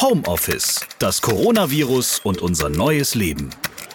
Homeoffice, das Coronavirus und unser neues Leben.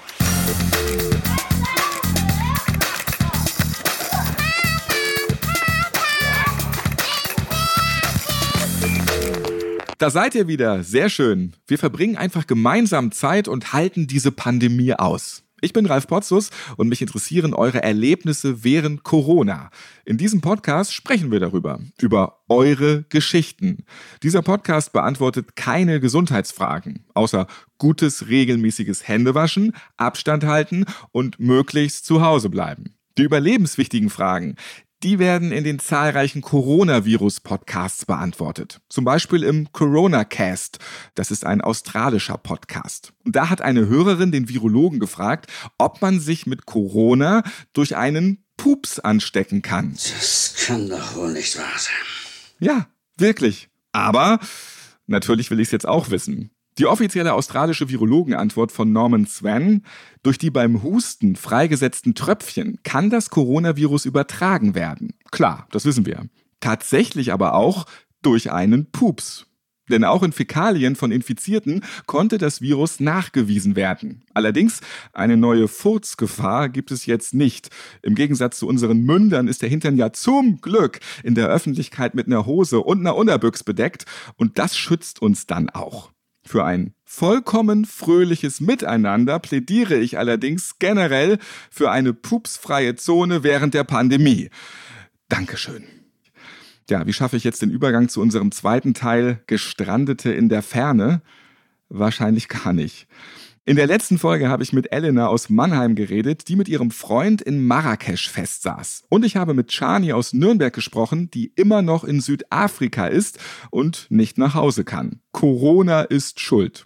Da seid ihr wieder. Sehr schön. Wir verbringen einfach gemeinsam Zeit und halten diese Pandemie aus. Ich bin Ralf Potzus und mich interessieren eure Erlebnisse während Corona. In diesem Podcast sprechen wir darüber, über eure Geschichten. Dieser Podcast beantwortet keine Gesundheitsfragen, außer gutes, regelmäßiges Händewaschen, Abstand halten und möglichst zu Hause bleiben. Die überlebenswichtigen Fragen, die werden in den zahlreichen Coronavirus-Podcasts beantwortet. Zum Beispiel im Corona-Cast. Das ist ein australischer Podcast. Und da hat eine Hörerin den Virologen gefragt, ob man sich mit Corona durch einen Pups anstecken kann. Das kann doch wohl nicht wahr sein. Ja, wirklich. Aber natürlich will ich es jetzt auch wissen. Die offizielle australische Virologenantwort von Norman Swan: Durch die beim Husten freigesetzten Tröpfchen kann das Coronavirus übertragen werden. Klar, das wissen wir. Tatsächlich aber auch durch einen Pups. Denn auch in Fäkalien von Infizierten konnte das Virus nachgewiesen werden. Allerdings, eine neue Furzgefahr gibt es jetzt nicht. Im Gegensatz zu unseren Mündern ist der Hintern ja zum Glück in der Öffentlichkeit mit einer Hose und einer Unterbüchs bedeckt. Und das schützt uns dann auch. Für ein vollkommen fröhliches Miteinander plädiere ich allerdings generell für eine pupsfreie Zone während der Pandemie. Dankeschön. Ja, wie schaffe ich jetzt den Übergang zu unserem zweiten Teil Gestrandete in der Ferne? Wahrscheinlich gar nicht. In der letzten Folge habe ich mit Elena aus Mannheim geredet, die mit ihrem Freund in Marrakesch festsaß. Und ich habe mit Shani aus Nürnberg gesprochen, die immer noch in Südafrika ist und nicht nach Hause kann. Corona ist schuld.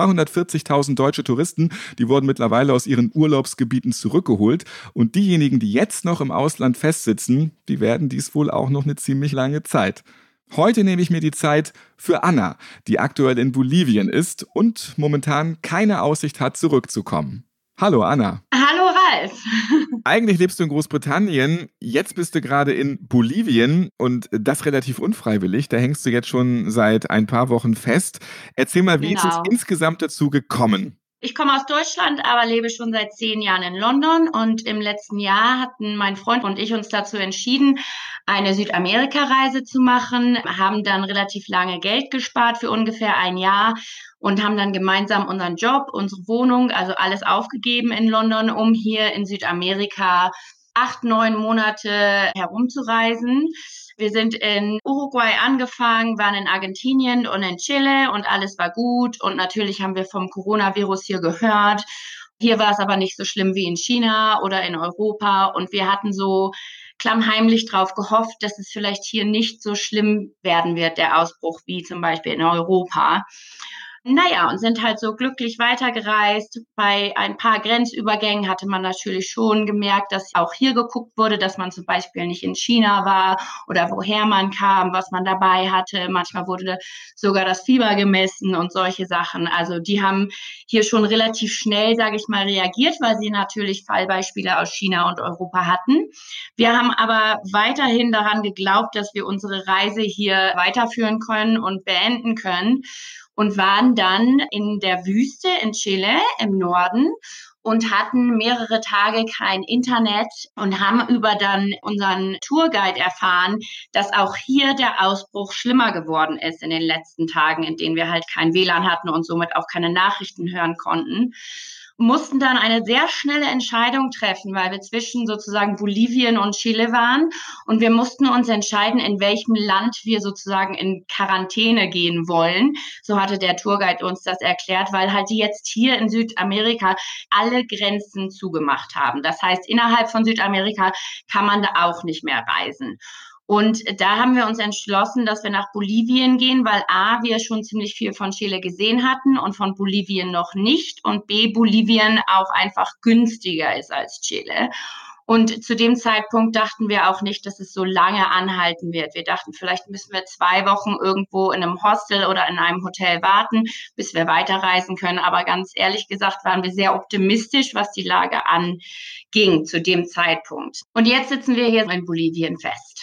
240.000 deutsche Touristen, die wurden mittlerweile aus ihren Urlaubsgebieten zurückgeholt. Und diejenigen, die jetzt noch im Ausland festsitzen, die werden dies wohl auch noch eine ziemlich lange Zeit. Heute nehme ich mir die Zeit für Anna, die aktuell in Bolivien ist und momentan keine Aussicht hat, zurückzukommen. Hallo Anna. Hallo Ralf. Eigentlich lebst du in Großbritannien, jetzt bist du gerade in Bolivien und das relativ unfreiwillig. Da hängst du jetzt schon seit ein paar Wochen fest. Erzähl mal, wie ist es insgesamt dazu gekommen? Ich komme aus Deutschland, aber lebe schon seit 10 Jahren in London und im letzten Jahr hatten mein Freund und ich uns dazu entschieden, eine Südamerika-Reise zu machen, haben dann relativ lange Geld gespart für ungefähr ein Jahr und haben dann gemeinsam unseren Job, unsere Wohnung, also alles aufgegeben in London, um hier in Südamerika 8-9 Monate herumzureisen. Wir sind in Uruguay angefangen, waren in Argentinien und in Chile und alles war gut. Und natürlich haben wir vom Coronavirus hier gehört. Hier war es aber nicht so schlimm wie in China oder in Europa. Und wir hatten so klammheimlich drauf gehofft, dass es vielleicht hier nicht so schlimm werden wird, der Ausbruch, wie zum Beispiel in Europa. Naja, und sind halt so glücklich weitergereist. Bei ein paar Grenzübergängen hatte man natürlich schon gemerkt, dass auch hier geguckt wurde, dass man zum Beispiel nicht in China war oder woher man kam, was man dabei hatte. Manchmal wurde sogar das Fieber gemessen und solche Sachen. Also die haben hier schon relativ schnell, sage ich mal, reagiert, weil sie natürlich Fallbeispiele aus China und Europa hatten. Wir haben aber weiterhin daran geglaubt, dass wir unsere Reise hier weiterführen können und beenden können. Und waren dann in der Wüste in Chile im Norden und hatten mehrere Tage kein Internet und haben über dann unseren Tourguide erfahren, dass auch hier der Ausbruch schlimmer geworden ist in den letzten Tagen, in denen wir halt kein WLAN hatten und somit auch keine Nachrichten hören konnten. Mussten dann eine sehr schnelle Entscheidung treffen, weil wir zwischen sozusagen Bolivien und Chile waren und wir mussten uns entscheiden, in welchem Land wir sozusagen in Quarantäne gehen wollen. So hatte der Tourguide uns das erklärt, weil halt die jetzt hier in Südamerika alle Grenzen zugemacht haben. Das heißt, innerhalb von Südamerika kann man da auch nicht mehr reisen. Und da haben wir uns entschlossen, dass wir nach Bolivien gehen, weil A, wir schon ziemlich viel von Chile gesehen hatten und von Bolivien noch nicht und B, Bolivien auch einfach günstiger ist als Chile. Und zu dem Zeitpunkt dachten wir auch nicht, dass es so lange anhalten wird. Wir dachten, vielleicht müssen wir 2 Wochen irgendwo in einem Hostel oder in einem Hotel warten, bis wir weiterreisen können. Aber ganz ehrlich gesagt waren wir sehr optimistisch, was die Lage anging zu dem Zeitpunkt. Und jetzt sitzen wir hier in Bolivien fest.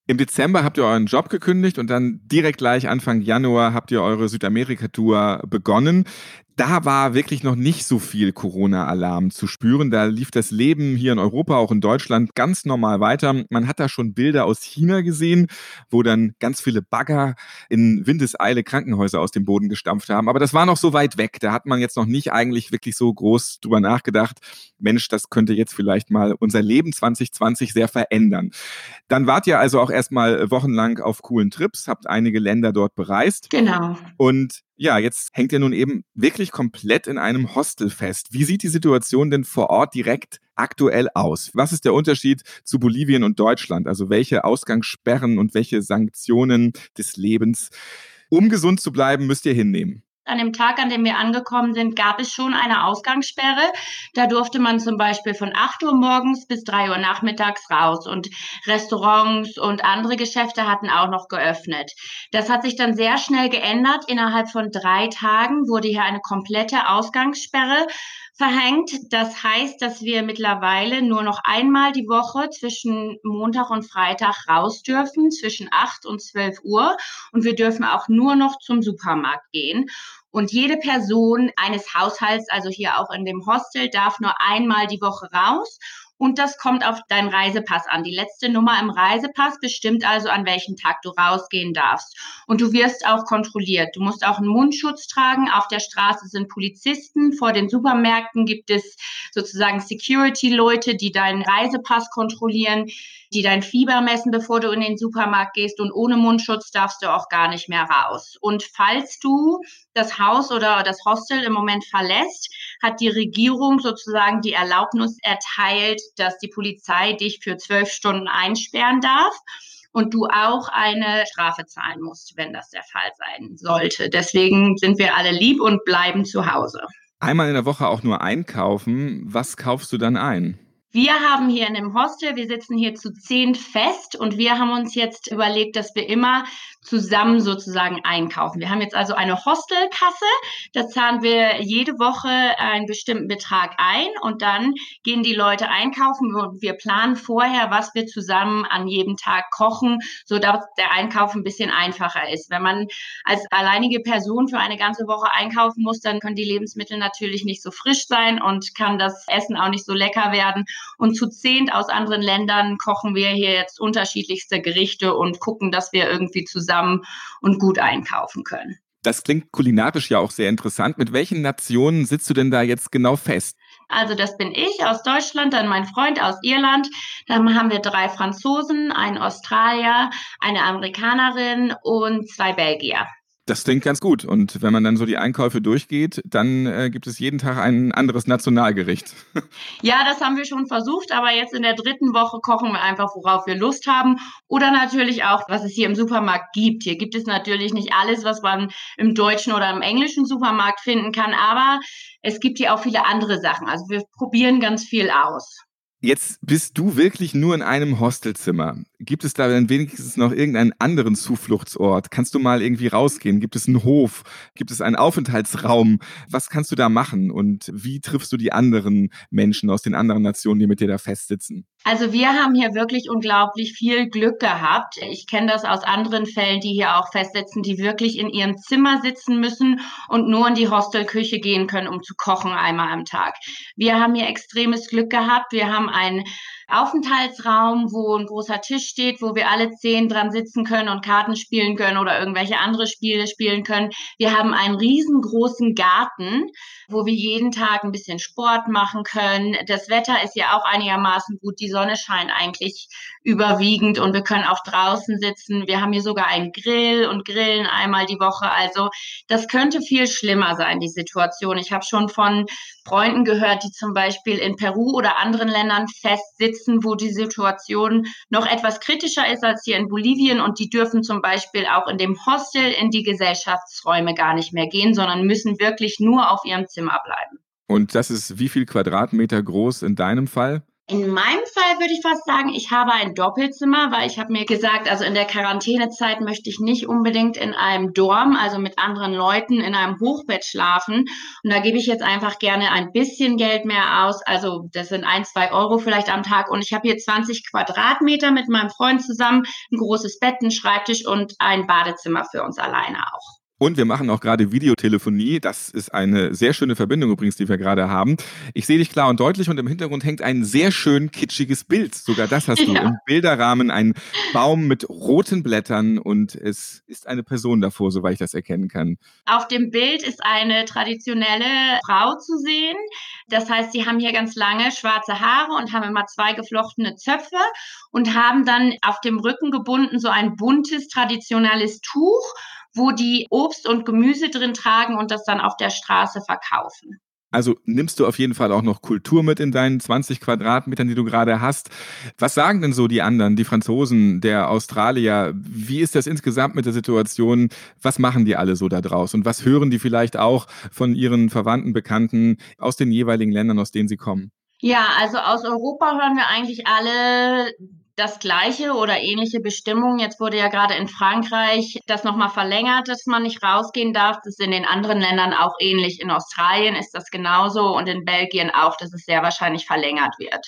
Im Dezember habt ihr euren Job gekündigt und dann direkt gleich Anfang Januar habt ihr eure Südamerika-Tour begonnen. Da war wirklich noch nicht so viel Corona-Alarm zu spüren. Da lief das Leben hier in Europa, auch in Deutschland, ganz normal weiter. Man hat da schon Bilder aus China gesehen, wo dann ganz viele Bagger in Windeseile Krankenhäuser aus dem Boden gestampft haben. Aber das war noch so weit weg. Da hat man jetzt noch nicht eigentlich wirklich so groß drüber nachgedacht. Mensch, das könnte jetzt vielleicht mal unser Leben 2020 sehr verändern. Dann wart ihr also auch erstmal wochenlang auf coolen Trips, habt einige Länder dort bereist. Genau. Und ja, jetzt hängt ihr nun eben wirklich komplett in einem Hostel fest. Wie sieht die Situation denn vor Ort direkt aktuell aus? Was ist der Unterschied zu Bolivien und Deutschland? Also welche Ausgangssperren und welche Sanktionen des Lebens, um gesund zu bleiben, müsst ihr hinnehmen? An dem Tag, an dem wir angekommen sind, gab es schon eine Ausgangssperre. Da durfte man zum Beispiel von 8 Uhr morgens bis 3 Uhr nachmittags raus und Restaurants und andere Geschäfte hatten auch noch geöffnet. Das hat sich dann sehr schnell geändert. Innerhalb von 3 Tagen wurde hier eine komplette Ausgangssperre verhängt. Das heißt, dass wir mittlerweile nur noch einmal die Woche zwischen Montag und Freitag raus dürfen, zwischen 8 und 12 Uhr. Und wir dürfen auch nur noch zum Supermarkt gehen. Und jede Person eines Haushalts, also hier auch in dem Hostel, darf nur einmal die Woche raus. Und das kommt auf deinen Reisepass an. Die letzte Nummer im Reisepass bestimmt also, an welchem Tag du rausgehen darfst. Und du wirst auch kontrolliert. Du musst auch einen Mundschutz tragen. Auf der Straße sind Polizisten. Vor den Supermärkten gibt es sozusagen Security-Leute, die deinen Reisepass kontrollieren, die dein Fieber messen, bevor du in den Supermarkt gehst. Und ohne Mundschutz darfst du auch gar nicht mehr raus. Und falls du das Haus oder das Hostel im Moment verlässt, hat die Regierung sozusagen die Erlaubnis erteilt, dass die Polizei dich für 12 Stunden einsperren darf und du auch eine Strafe zahlen musst, wenn das der Fall sein sollte. Deswegen sind wir alle lieb und bleiben zu Hause. Einmal in der Woche auch nur einkaufen. Was kaufst du dann ein? Wir haben hier in dem Hostel, wir sitzen hier zu 10 fest und wir haben uns jetzt überlegt, dass wir immer zusammen sozusagen einkaufen. Wir haben jetzt also eine Hostelkasse, da zahlen wir jede Woche einen bestimmten Betrag ein und dann gehen die Leute einkaufen und wir planen vorher, was wir zusammen an jedem Tag kochen, sodass der Einkauf ein bisschen einfacher ist. Wenn man als alleinige Person für eine ganze Woche einkaufen muss, dann können die Lebensmittel natürlich nicht so frisch sein und kann das Essen auch nicht so lecker werden. Und zu 10 aus anderen Ländern kochen wir hier jetzt unterschiedlichste Gerichte und gucken, dass wir irgendwie zusammen und gut einkaufen können. Das klingt kulinarisch ja auch sehr interessant. Mit welchen Nationen sitzt du denn da jetzt genau fest? Also das bin ich aus Deutschland, dann mein Freund aus Irland. Dann haben wir 3 Franzosen, einen Australier, eine Amerikanerin und 2 Belgier. Das klingt ganz gut. Und wenn man dann so die Einkäufe durchgeht, dann gibt es jeden Tag ein anderes Nationalgericht. Ja, das haben wir schon versucht, aber jetzt in der 3. Woche kochen wir einfach, worauf wir Lust haben. Oder natürlich auch, was es hier im Supermarkt gibt. Hier gibt es natürlich nicht alles, was man im deutschen oder im englischen Supermarkt finden kann, aber es gibt hier auch viele andere Sachen. Also wir probieren ganz viel aus. Jetzt bist du wirklich nur in einem Hostelzimmer. Gibt es da dann wenigstens noch irgendeinen anderen Zufluchtsort? Kannst du mal irgendwie rausgehen? Gibt es einen Hof? Gibt es einen Aufenthaltsraum? Was kannst du da machen? Und wie triffst du die anderen Menschen aus den anderen Nationen, die mit dir da festsitzen? Also wir haben hier wirklich unglaublich viel Glück gehabt. Ich kenne das aus anderen Fällen, die hier auch festsitzen, die wirklich in ihrem Zimmer sitzen müssen und nur in die Hostelküche gehen können, um zu kochen einmal am Tag. Wir haben hier extremes Glück gehabt. Wir haben einen Aufenthaltsraum, wo ein großer Tisch steht, wo wir alle 10 dran sitzen können und Karten spielen können oder irgendwelche andere Spiele spielen können. Wir haben einen riesengroßen Garten, wo wir jeden Tag ein bisschen Sport machen können. Das Wetter ist ja auch einigermaßen gut. Die Sonne scheint eigentlich überwiegend und wir können auch draußen sitzen. Wir haben hier sogar einen Grill und grillen einmal die Woche. Also das könnte viel schlimmer sein, die Situation. Ich habe schon von Freunden gehört, die zum Beispiel in Peru oder anderen Ländern festsitzen, wo die Situation noch etwas kritischer ist als hier in Bolivien und die dürfen zum Beispiel auch in dem Hostel in die Gesellschaftsräume gar nicht mehr gehen, sondern müssen wirklich nur auf ihrem Zimmer bleiben. Und das ist wie viel Quadratmeter groß in deinem Fall? In meinem Fall würde ich fast sagen, ich habe ein Doppelzimmer, weil ich habe mir gesagt, also in der Quarantänezeit möchte ich nicht unbedingt in einem Dorm, also mit anderen Leuten in einem Hochbett schlafen. Und da gebe ich jetzt einfach gerne ein bisschen Geld mehr aus. Also das sind 1, 2 Euro vielleicht am Tag. Und ich habe hier 20 Quadratmeter mit meinem Freund zusammen, ein großes Bett, einen Schreibtisch und ein Badezimmer für uns alleine auch. Und wir machen auch gerade Videotelefonie. Das ist eine sehr schöne Verbindung übrigens, die wir gerade haben. Ich sehe dich klar und deutlich und im Hintergrund hängt ein sehr schön kitschiges Bild. Sogar das hast du. Ja. Im Bilderrahmen ein Baum mit roten Blättern und es ist eine Person davor, soweit ich das erkennen kann. Auf dem Bild ist eine traditionelle Frau zu sehen. Das heißt, sie haben hier ganz lange schwarze Haare und haben immer 2 geflochtene Zöpfe und haben dann auf dem Rücken gebunden so ein buntes, traditionelles Tuch, wo die Obst und Gemüse drin tragen und das dann auf der Straße verkaufen. Also nimmst du auf jeden Fall auch noch Kultur mit in deinen 20 Quadratmetern, die du gerade hast. Was sagen denn so die anderen, die Franzosen, der Australier? Wie ist das insgesamt mit der Situation? Was machen die alle so da draus? Und was hören die vielleicht auch von ihren Verwandten, Bekannten aus den jeweiligen Ländern, aus denen sie kommen? Ja, also aus Europa hören wir eigentlich alle das gleiche oder ähnliche Bestimmungen. Jetzt wurde ja gerade in Frankreich das nochmal verlängert, dass man nicht rausgehen darf. Das ist in den anderen Ländern auch ähnlich. In Australien ist das genauso und in Belgien auch, dass es sehr wahrscheinlich verlängert wird.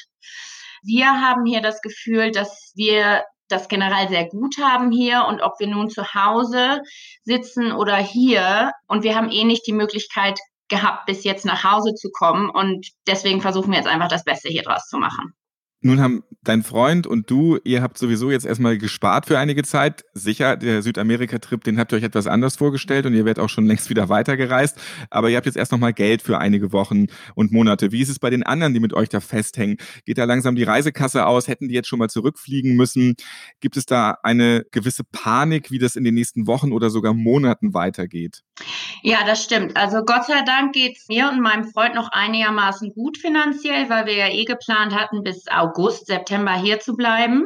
Wir haben hier das Gefühl, dass wir das generell sehr gut haben hier und ob wir nun zu Hause sitzen oder hier und wir haben nicht die Möglichkeit gehabt, bis jetzt nach Hause zu kommen und deswegen versuchen wir jetzt einfach das Beste hier draus zu machen. Nun haben dein Freund und du, ihr habt sowieso jetzt erstmal gespart für einige Zeit. Sicher, der Südamerika-Trip, den habt ihr euch etwas anders vorgestellt und ihr werdet auch schon längst wieder weitergereist. Aber ihr habt jetzt erst nochmal Geld für einige Wochen und Monate. Wie ist es bei den anderen, die mit euch da festhängen? Geht da langsam die Reisekasse aus? Hätten die jetzt schon mal zurückfliegen müssen? Gibt es da eine gewisse Panik, wie das in den nächsten Wochen oder sogar Monaten weitergeht? Ja, das stimmt. Also Gott sei Dank geht's mir und meinem Freund noch einigermaßen gut finanziell, weil wir ja geplant hatten, bis August, September hier zu bleiben.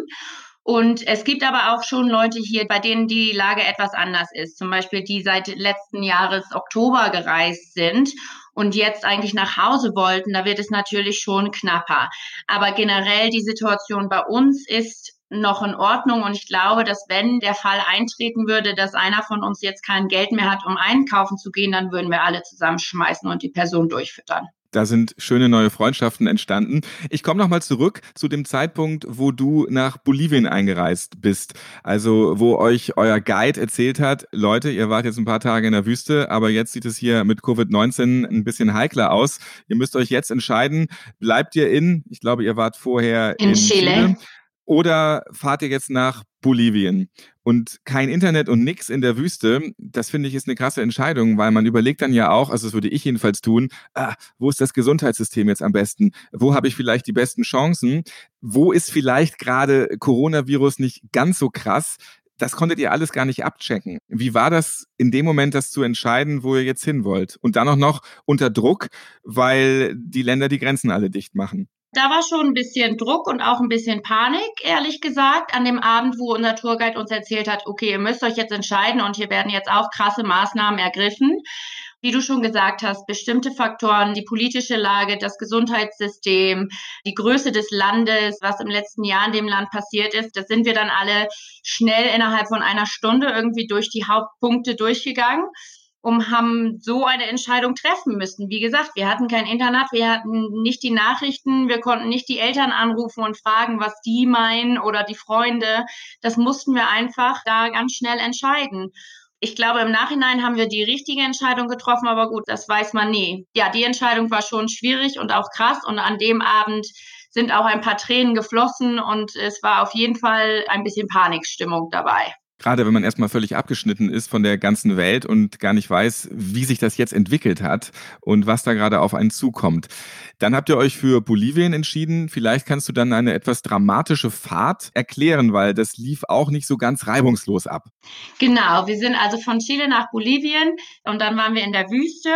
Und es gibt aber auch schon Leute hier, bei denen die Lage etwas anders ist. Zum Beispiel die seit letzten Jahres Oktober gereist sind und jetzt eigentlich nach Hause wollten. Da wird es natürlich schon knapper. Aber generell die Situation bei uns ist noch in Ordnung und ich glaube, dass wenn der Fall eintreten würde, dass einer von uns jetzt kein Geld mehr hat, um einkaufen zu gehen, dann würden wir alle zusammenschmeißen und die Person durchfüttern. Da sind schöne neue Freundschaften entstanden. Ich komme nochmal zurück zu dem Zeitpunkt, wo du nach Bolivien eingereist bist. Also wo euch euer Guide erzählt hat, Leute, ihr wart jetzt ein paar Tage in der Wüste, aber jetzt sieht es hier mit Covid-19 ein bisschen heikler aus. Ihr müsst euch jetzt entscheiden, bleibt ihr ich glaube, ihr wart vorher in Chile. Oder fahrt ihr jetzt nach Bolivien? Und kein Internet und nix in der Wüste, das finde ich ist eine krasse Entscheidung, weil man überlegt dann ja auch, also das würde ich jedenfalls tun, wo ist das Gesundheitssystem jetzt am besten? Wo habe ich vielleicht die besten Chancen? Wo ist vielleicht gerade Coronavirus nicht ganz so krass? Das konntet ihr alles gar nicht abchecken. Wie war das in dem Moment, das zu entscheiden, wo ihr jetzt hin wollt? Und dann auch noch unter Druck, weil die Länder die Grenzen alle dicht machen. Da war schon ein bisschen Druck und auch ein bisschen Panik, ehrlich gesagt, an dem Abend, wo unser Tourguide uns erzählt hat, okay, ihr müsst euch jetzt entscheiden und hier werden jetzt auch krasse Maßnahmen ergriffen. Wie du schon gesagt hast, bestimmte Faktoren, die politische Lage, das Gesundheitssystem, die Größe des Landes, was im letzten Jahr in dem Land passiert ist, das sind wir dann alle schnell innerhalb von einer Stunde irgendwie durch die Hauptpunkte durchgegangen und haben so eine Entscheidung treffen müssen. Wie gesagt, wir hatten kein Internet, wir hatten nicht die Nachrichten, wir konnten nicht die Eltern anrufen und fragen, was die meinen oder die Freunde. Das mussten wir einfach da ganz schnell entscheiden. Ich glaube, im Nachhinein haben wir die richtige Entscheidung getroffen, aber gut, das weiß man nie. Ja, die Entscheidung war schon schwierig und auch krass und an dem Abend sind auch ein paar Tränen geflossen und es war auf jeden Fall ein bisschen Panikstimmung dabei. Gerade wenn man erstmal völlig abgeschnitten ist von der ganzen Welt und gar nicht weiß, wie sich das jetzt entwickelt hat und was da gerade auf einen zukommt. Dann habt ihr euch für Bolivien entschieden. Vielleicht kannst du dann eine etwas dramatische Fahrt erklären, weil das lief auch nicht so ganz reibungslos ab. Genau, wir sind also von Chile nach Bolivien und dann waren wir in der Wüste.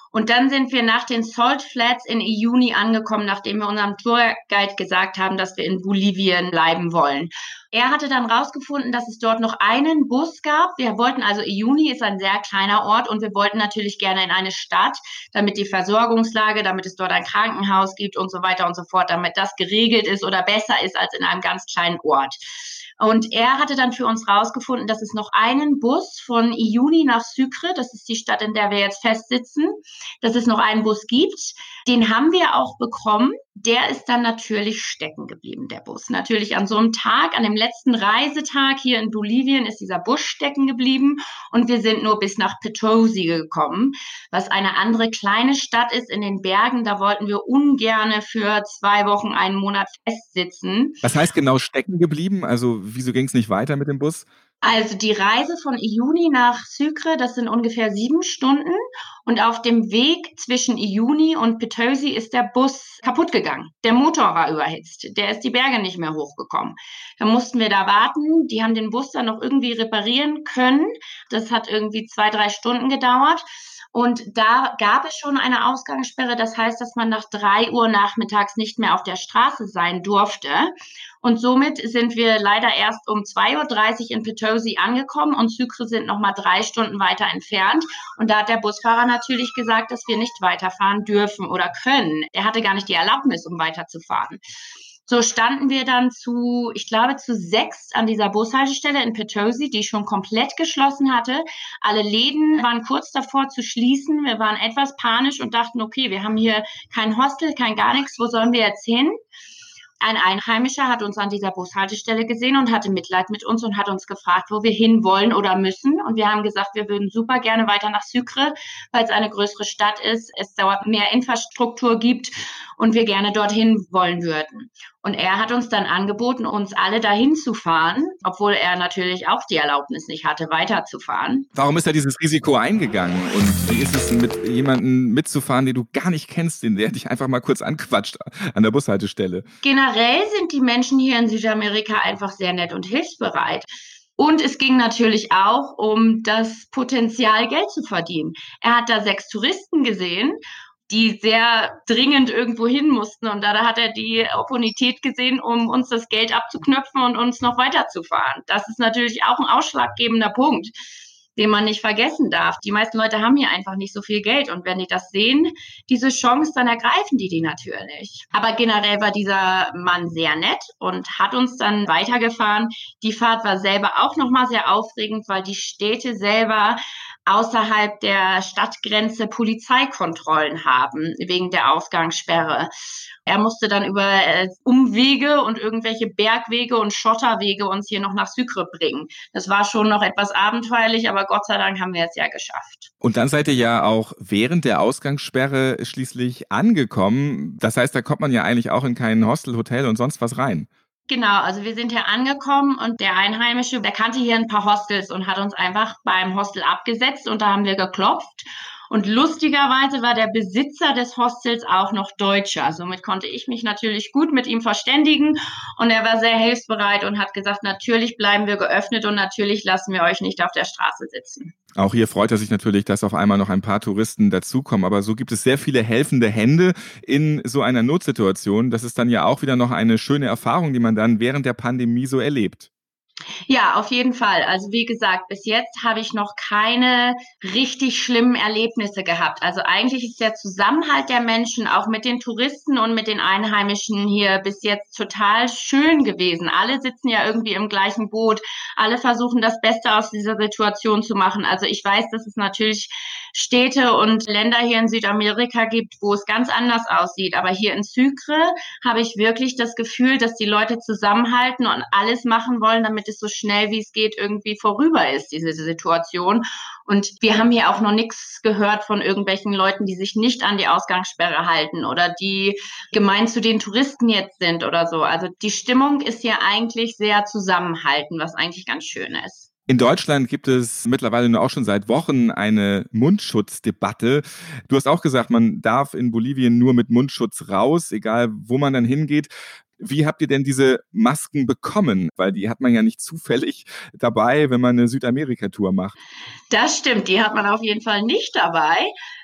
Und dann sind wir nach den Salt Flats in Uyuni angekommen, nachdem wir unserem Tourguide gesagt haben, dass wir in Bolivien bleiben wollen. Er hatte dann rausgefunden, dass es dort noch einen Bus gab. Wir wollten also, Uyuni ist ein sehr kleiner Ort und wir wollten natürlich gerne in eine Stadt, damit die Versorgungslage, damit es dort ein Krankenhaus gibt und so weiter und so fort, damit das geregelt ist oder besser ist als in einem ganz kleinen Ort. Und er hatte dann für uns rausgefunden, dass es noch einen Bus von Uyuni nach Sucre, das ist die Stadt, in der wir jetzt festsitzen, dass es noch einen Bus gibt. Den haben wir auch bekommen. Der ist dann natürlich stecken geblieben, der Bus. Natürlich an so einem Tag, an dem letzten Reisetag hier in Bolivien ist dieser Bus stecken geblieben und wir sind nur bis nach Potosi gekommen, was eine andere kleine Stadt ist in den Bergen. Da wollten wir ungerne für 2 Wochen, einen Monat festsitzen. Was heißt genau stecken geblieben? Also wieso ging es nicht weiter mit dem Bus? Also die Reise von Uyuni nach Sucre, das sind ungefähr 7 Stunden. Und auf dem Weg zwischen Uyuni und Potosi ist der Bus kaputt gegangen. Der Motor war überhitzt. Der ist die Berge nicht mehr hochgekommen. Da mussten wir da warten. Die haben den Bus dann noch irgendwie reparieren können. Das hat irgendwie 2-3 Stunden gedauert. Und da gab es schon eine Ausgangssperre. Das heißt, dass man nach 3 Uhr nachmittags nicht mehr auf der Straße sein durfte. Und somit sind wir leider erst um 2:30 Uhr in Potosi angekommen und Sucre sind nochmal 3 Stunden weiter entfernt. Und da hat der Busfahrer natürlich gesagt, dass wir nicht weiterfahren dürfen oder können. Er hatte gar nicht die Erlaubnis, um weiterzufahren. So standen wir dann zu 6 an dieser Bushaltestelle in Potosi, die schon komplett geschlossen hatte. Alle Läden waren kurz davor zu schließen. Wir waren etwas panisch und dachten, okay, wir haben hier kein Hostel, kein gar nichts. Wo sollen wir jetzt hin? Ein Einheimischer hat uns an dieser Bushaltestelle gesehen und hatte Mitleid mit uns und hat uns gefragt, wo wir hin wollen oder müssen. Und wir haben gesagt, wir würden super gerne weiter nach Sucre, weil es eine größere Stadt ist, es dort mehr Infrastruktur gibt und wir gerne dorthin wollen würden. Und er hat uns dann angeboten, uns alle dahin zu fahren, obwohl er natürlich auch die Erlaubnis nicht hatte, weiterzufahren. Warum ist er dieses Risiko eingegangen? Und wie ist es, mit jemandem mitzufahren, den du gar nicht kennst, der dich einfach mal kurz anquatscht an der Bushaltestelle? Generell sind die Menschen hier in Südamerika einfach sehr nett und hilfsbereit. Und es ging natürlich auch um das Potenzial, Geld zu verdienen. Er hat da 6 Touristen gesehen, die sehr dringend irgendwo hin mussten. Und da hat er die Opportunität gesehen, um uns das Geld abzuknöpfen und uns noch weiterzufahren. Das ist natürlich auch ein ausschlaggebender Punkt, den man nicht vergessen darf. Die meisten Leute haben hier einfach nicht so viel Geld. Und wenn die das sehen, diese Chance, dann ergreifen die natürlich. Aber generell war dieser Mann sehr nett und hat uns dann weitergefahren. Die Fahrt war selber auch nochmal sehr aufregend, weil die Städte selber außerhalb der Stadtgrenze Polizeikontrollen haben, wegen der Ausgangssperre. Er musste dann über Umwege und irgendwelche Bergwege und Schotterwege uns hier noch nach Sucre bringen. Das war schon noch etwas abenteuerlich, aber Gott sei Dank haben wir es ja geschafft. Und dann seid ihr ja auch während der Ausgangssperre schließlich angekommen. Das heißt, da kommt man ja eigentlich auch in kein Hostel, Hotel und sonst was rein. Genau, also wir sind hier angekommen und der Einheimische, der kannte hier ein paar Hostels und hat uns einfach beim Hostel abgesetzt und da haben wir geklopft. Und lustigerweise war der Besitzer des Hostels auch noch Deutscher. Somit konnte ich mich natürlich gut mit ihm verständigen und er war sehr hilfsbereit und hat gesagt, natürlich bleiben wir geöffnet und natürlich lassen wir euch nicht auf der Straße sitzen. Auch hier freut er sich natürlich, dass auf einmal noch ein paar Touristen dazukommen. Aber so gibt es sehr viele helfende Hände in so einer Notsituation. Das ist dann ja auch wieder noch eine schöne Erfahrung, die man dann während der Pandemie so erlebt. Ja, auf jeden Fall. Also wie gesagt, bis jetzt habe ich noch keine richtig schlimmen Erlebnisse gehabt. Also eigentlich ist der Zusammenhalt der Menschen auch mit den Touristen und mit den Einheimischen hier bis jetzt total schön gewesen. Alle sitzen ja irgendwie im gleichen Boot. Alle versuchen das Beste aus dieser Situation zu machen. Also ich weiß, dass es natürlich Städte und Länder hier in Südamerika gibt, wo es ganz anders aussieht. Aber hier in Sucre habe ich wirklich das Gefühl, dass die Leute zusammenhalten und alles machen wollen, damit es so schnell wie es geht irgendwie vorüber ist, diese Situation. Und wir haben hier auch noch nichts gehört von irgendwelchen Leuten, die sich nicht an die Ausgangssperre halten oder die gemein zu den Touristen jetzt sind oder so. Also die Stimmung ist hier eigentlich sehr zusammenhalten, was eigentlich ganz schön ist. In Deutschland gibt es mittlerweile nur auch schon seit Wochen eine Mundschutzdebatte. Du hast auch gesagt, man darf in Bolivien nur mit Mundschutz raus, egal wo man dann hingeht. Wie habt ihr denn diese Masken bekommen? Weil die hat man ja nicht zufällig dabei, wenn man eine Südamerika-Tour macht. Das stimmt, die hat man auf jeden Fall nicht dabei.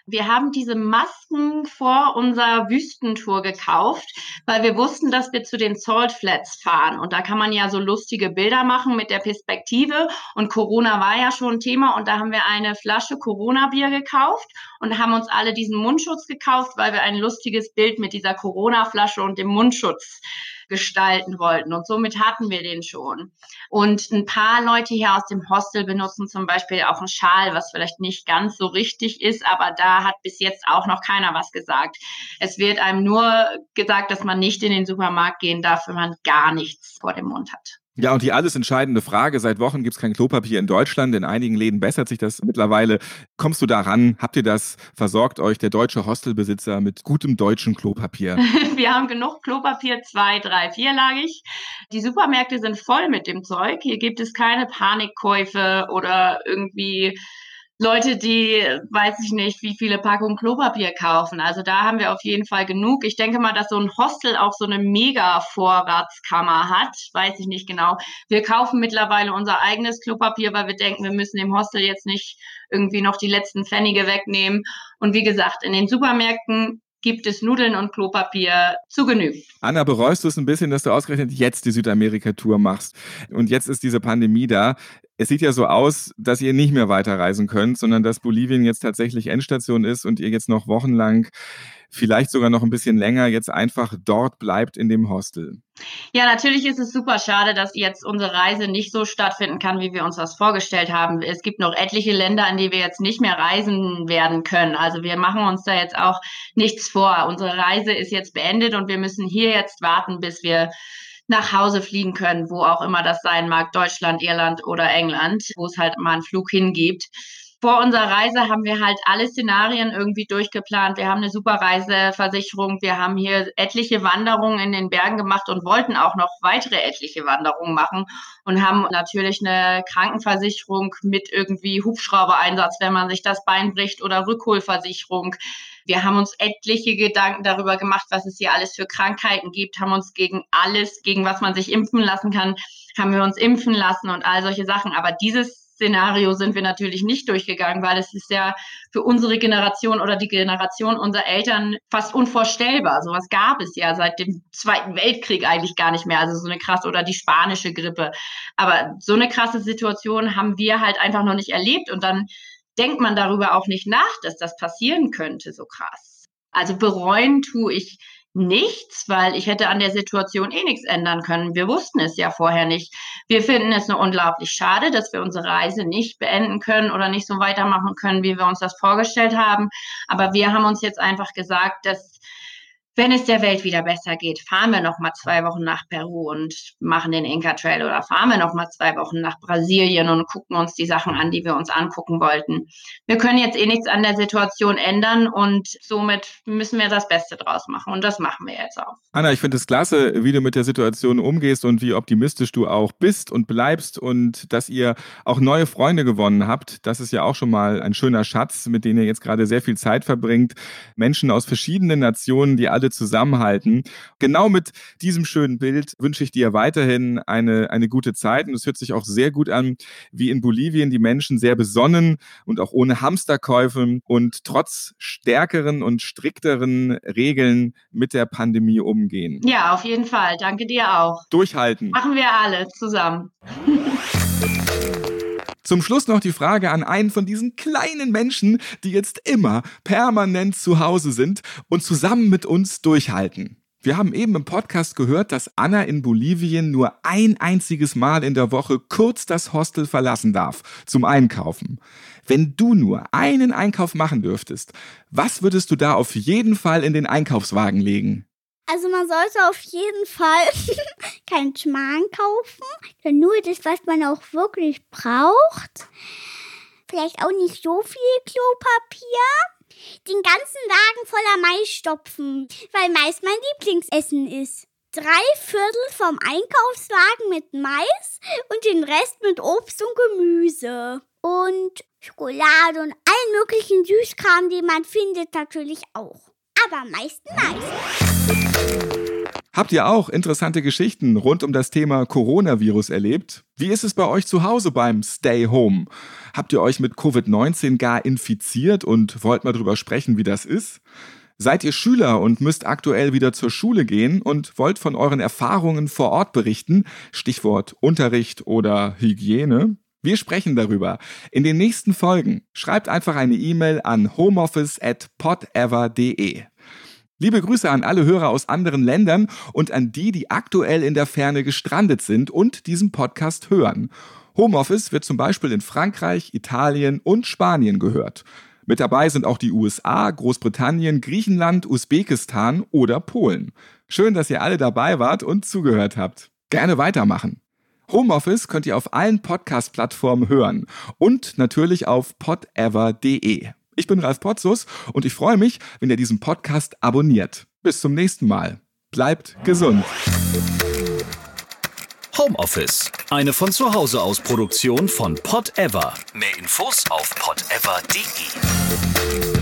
Wir haben diese Masken vor unserer Wüstentour gekauft, weil wir wussten, dass wir zu den Salt Flats fahren. Und da kann man ja so lustige Bilder machen mit der Perspektive. Und Corona war ja schon ein Thema. Und da haben wir eine Flasche Corona-Bier gekauft und haben uns alle diesen Mundschutz gekauft, weil wir ein lustiges Bild mit dieser Corona-Flasche und dem Mundschutz gestalten wollten. Und somit hatten wir den schon. Und ein paar Leute hier aus dem Hostel benutzen zum Beispiel auch einen Schal, was vielleicht nicht ganz so richtig ist, aber da hat bis jetzt auch noch keiner was gesagt. Es wird einem nur gesagt, dass man nicht in den Supermarkt gehen darf, wenn man gar nichts vor dem Mund hat. Ja, und die alles entscheidende Frage, seit Wochen gibt es kein Klopapier in Deutschland, in einigen Läden bessert sich das mittlerweile. Kommst du da ran? Habt ihr das? Versorgt euch der deutsche Hostelbesitzer mit gutem deutschen Klopapier? Wir haben genug Klopapier, 2, 3, 4-lagig. Die Supermärkte sind voll mit dem Zeug. Hier gibt es keine Panikkäufe oder irgendwie Leute, die, weiß ich nicht, wie viele Packungen Klopapier kaufen. Also da haben wir auf jeden Fall genug. Ich denke mal, dass so ein Hostel auch so eine Mega-Vorratskammer hat. Weiß ich nicht genau. Wir kaufen mittlerweile unser eigenes Klopapier, weil wir denken, wir müssen dem Hostel jetzt nicht irgendwie noch die letzten Pfennige wegnehmen. Und wie gesagt, in den Supermärkten gibt es Nudeln und Klopapier zu Genüge. Anna, bereust du es ein bisschen, dass du ausgerechnet jetzt die Südamerika-Tour machst? Und jetzt ist diese Pandemie da. Es sieht ja so aus, dass ihr nicht mehr weiterreisen könnt, sondern dass Bolivien jetzt tatsächlich Endstation ist und ihr jetzt noch wochenlang, vielleicht sogar noch ein bisschen länger, jetzt einfach dort bleibt in dem Hostel. Ja, natürlich ist es super schade, dass jetzt unsere Reise nicht so stattfinden kann, wie wir uns das vorgestellt haben. Es gibt noch etliche Länder, in die wir jetzt nicht mehr reisen werden können. Also wir machen uns da jetzt auch nichts vor. Unsere Reise ist jetzt beendet und wir müssen hier jetzt warten, bis wir nach Hause fliegen können, wo auch immer das sein mag, Deutschland, Irland oder England, wo es halt mal einen Flug hingibt. Vor unserer Reise haben wir halt alle Szenarien irgendwie durchgeplant. Wir haben eine super Reiseversicherung. Wir haben hier etliche Wanderungen in den Bergen gemacht und wollten auch noch weitere etliche Wanderungen machen und haben natürlich eine Krankenversicherung mit irgendwie Hubschrauber-Einsatz, wenn man sich das Bein bricht, oder Rückholversicherung. Wir haben uns etliche Gedanken darüber gemacht, was es hier alles für Krankheiten gibt, haben uns gegen alles, gegen was man sich impfen lassen kann, haben wir uns impfen lassen und all solche Sachen. Aber dieses Szenario sind wir natürlich nicht durchgegangen, weil es ist ja für unsere Generation oder die Generation unserer Eltern fast unvorstellbar. Sowas gab es ja seit dem Zweiten Weltkrieg eigentlich gar nicht mehr. Also so eine krasse, oder die spanische Grippe. Aber so eine krasse Situation haben wir halt einfach noch nicht erlebt. Und dann denkt man darüber auch nicht nach, dass das passieren könnte, so krass. Also bereuen tue ich nichts, weil ich hätte an der Situation eh nichts ändern können. Wir wussten es ja vorher nicht. Wir finden es nur unglaublich schade, dass wir unsere Reise nicht beenden können oder nicht so weitermachen können, wie wir uns das vorgestellt haben. Aber wir haben uns jetzt einfach gesagt, dass, wenn es der Welt wieder besser geht, fahren wir noch mal 2 Wochen nach Peru und machen den Inca Trail, oder fahren wir noch mal 2 Wochen nach Brasilien und gucken uns die Sachen an, die wir uns angucken wollten. Wir können jetzt eh nichts an der Situation ändern und somit müssen wir das Beste draus machen, und das machen wir jetzt auch. Anna, ich finde es klasse, wie du mit der Situation umgehst und wie optimistisch du auch bist und bleibst und dass ihr auch neue Freunde gewonnen habt. Das ist ja auch schon mal ein schöner Schatz, mit denen ihr jetzt gerade sehr viel Zeit verbringt. Menschen aus verschiedenen Nationen, die alle zusammenhalten. Genau mit diesem schönen Bild wünsche ich dir weiterhin eine gute Zeit, und es hört sich auch sehr gut an, wie in Bolivien die Menschen sehr besonnen und auch ohne Hamsterkäufe und trotz stärkeren und strikteren Regeln mit der Pandemie umgehen. Ja, auf jeden Fall. Danke dir auch. Durchhalten. Machen wir alle zusammen. Zum Schluss noch die Frage an einen von diesen kleinen Menschen, die jetzt immer permanent zu Hause sind und zusammen mit uns durchhalten. Wir haben eben im Podcast gehört, dass Anna in Bolivien nur ein einziges Mal in der Woche kurz das Hostel verlassen darf zum Einkaufen. Wenn du nur einen Einkauf machen dürftest, was würdest du da auf jeden Fall in den Einkaufswagen legen? Also man sollte auf jeden Fall keinen Schmarrn kaufen, denn nur das, was man auch wirklich braucht. Vielleicht auch nicht so viel Klopapier. Den ganzen Wagen voller Mais stopfen, weil Mais mein Lieblingsessen ist. 3/4 vom Einkaufswagen mit Mais und den Rest mit Obst und Gemüse. Und Schokolade und allen möglichen Süßkram, den man findet, natürlich auch. Aber am meisten Mais. Habt ihr auch interessante Geschichten rund um das Thema Coronavirus erlebt? Wie ist es bei euch zu Hause beim Stay Home? Habt ihr euch mit Covid-19 gar infiziert und wollt mal drüber sprechen, wie das ist? Seid ihr Schüler und müsst aktuell wieder zur Schule gehen und wollt von euren Erfahrungen vor Ort berichten? Stichwort Unterricht oder Hygiene. Wir sprechen darüber in den nächsten Folgen. Schreibt einfach eine E-Mail an homeoffice@podever.de. Liebe Grüße an alle Hörer aus anderen Ländern und an die aktuell in der Ferne gestrandet sind und diesen Podcast hören. Homeoffice wird zum Beispiel in Frankreich, Italien und Spanien gehört. Mit dabei sind auch die USA, Großbritannien, Griechenland, Usbekistan oder Polen. Schön, dass ihr alle dabei wart und zugehört habt. Gerne weitermachen. Homeoffice könnt ihr auf allen Podcast-Plattformen hören und natürlich auf podever.de. Ich bin Ralf Potzus und ich freue mich, wenn ihr diesen Podcast abonniert. Bis zum nächsten Mal. Bleibt gesund. Homeoffice, eine von zu Hause aus Produktion von Podever. Mehr Infos auf podever.de.